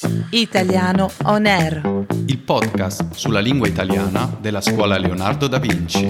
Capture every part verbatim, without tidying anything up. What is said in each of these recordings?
Italiano On Air, il podcast sulla lingua italiana della Scuola Leonardo da Vinci.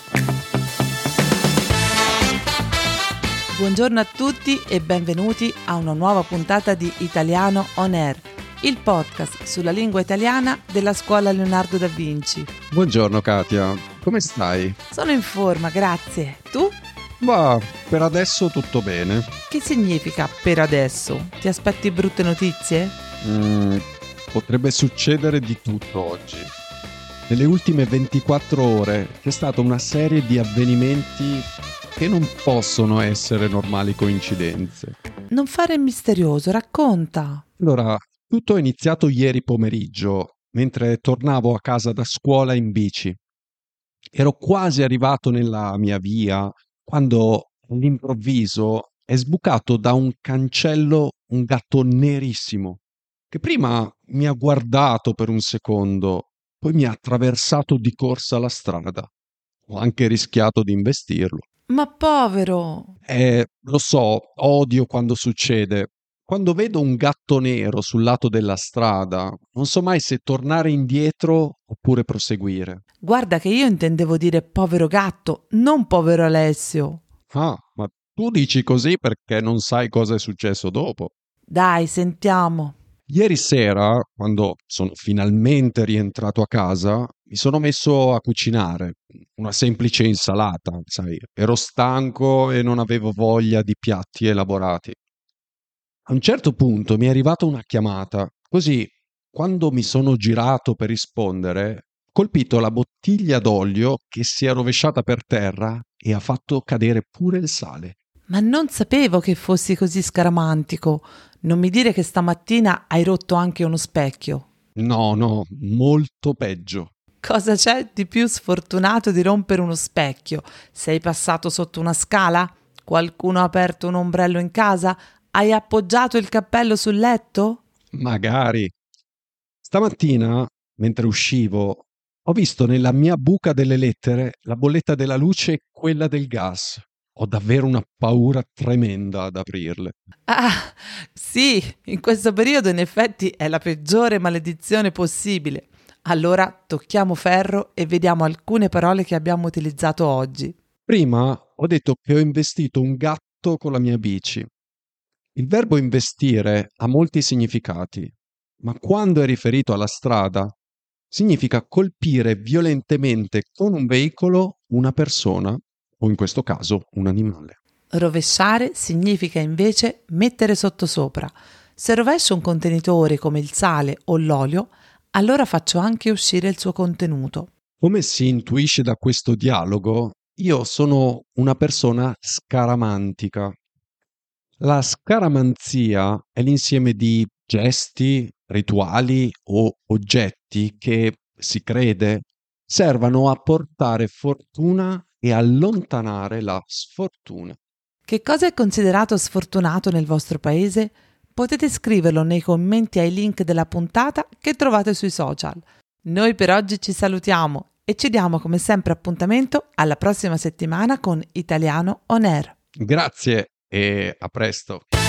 Buongiorno a tutti e benvenuti a una nuova puntata di Italiano On Air, il podcast sulla lingua italiana della Scuola Leonardo da Vinci. Buongiorno Katia, come stai? Sono in forma, grazie. Tu? Ma per adesso tutto bene. Che significa per adesso? Ti aspetti brutte notizie? Mm, potrebbe succedere di tutto oggi. Nelle ultime ventiquattro ore c'è stata una serie di avvenimenti che non possono essere normali coincidenze. Non fare il misterioso, racconta. Allora, tutto è iniziato ieri pomeriggio, mentre tornavo a casa da scuola in bici. Ero quasi arrivato nella mia via quando all'improvviso è sbucato da un cancello un gatto nerissimo, che prima mi ha guardato per un secondo, poi mi ha attraversato di corsa la strada. Ho anche rischiato di investirlo. Ma povero! Eh, lo so, odio quando succede. Quando vedo un gatto nero sul lato della strada, non so mai se tornare indietro oppure proseguire. Guarda che io intendevo dire povero gatto, non povero Alessio. Ah, ma tu dici così perché non sai cosa è successo dopo. Dai, sentiamo. Ieri sera, quando sono finalmente rientrato a casa, mi sono messo a cucinare. Una semplice insalata, sai. Ero stanco e non avevo voglia di piatti elaborati. A un certo punto mi è arrivata una chiamata, così quando mi sono girato per rispondere, ho colpito la bottiglia d'olio che si è rovesciata per terra e ha fatto cadere pure il sale. Ma non sapevo che fossi così scaramantico. Non mi dire che stamattina hai rotto anche uno specchio. No, no, molto peggio. Cosa c'è di più sfortunato di rompere uno specchio? Sei passato sotto una scala? Qualcuno ha aperto un ombrello in casa? Hai appoggiato il cappello sul letto? Magari. Stamattina, mentre uscivo, ho visto nella mia buca delle lettere la bolletta della luce e quella del gas. Ho davvero una paura tremenda ad aprirle. Ah, sì, in questo periodo in effetti è la peggiore maledizione possibile. Allora tocchiamo ferro e vediamo alcune parole che abbiamo utilizzato oggi. Prima ho detto che ho investito un gatto con la mia bici. Il verbo investire ha molti significati, ma quando è riferito alla strada, significa colpire violentemente con un veicolo una persona, o in questo caso un animale. Rovesciare significa invece mettere sottosopra. Se rovescio un contenitore come il sale o l'olio, allora faccio anche uscire il suo contenuto. Come si intuisce da questo dialogo, io sono una persona scaramantica. La scaramanzia è l'insieme di gesti, rituali o oggetti che, si crede, servano a portare fortuna e allontanare la sfortuna. Che cosa è considerato sfortunato nel vostro paese? Potete scriverlo nei commenti ai link della puntata che trovate sui social. Noi per oggi ci salutiamo e ci diamo come sempre appuntamento alla prossima settimana con Italiano On Air. Grazie e a presto!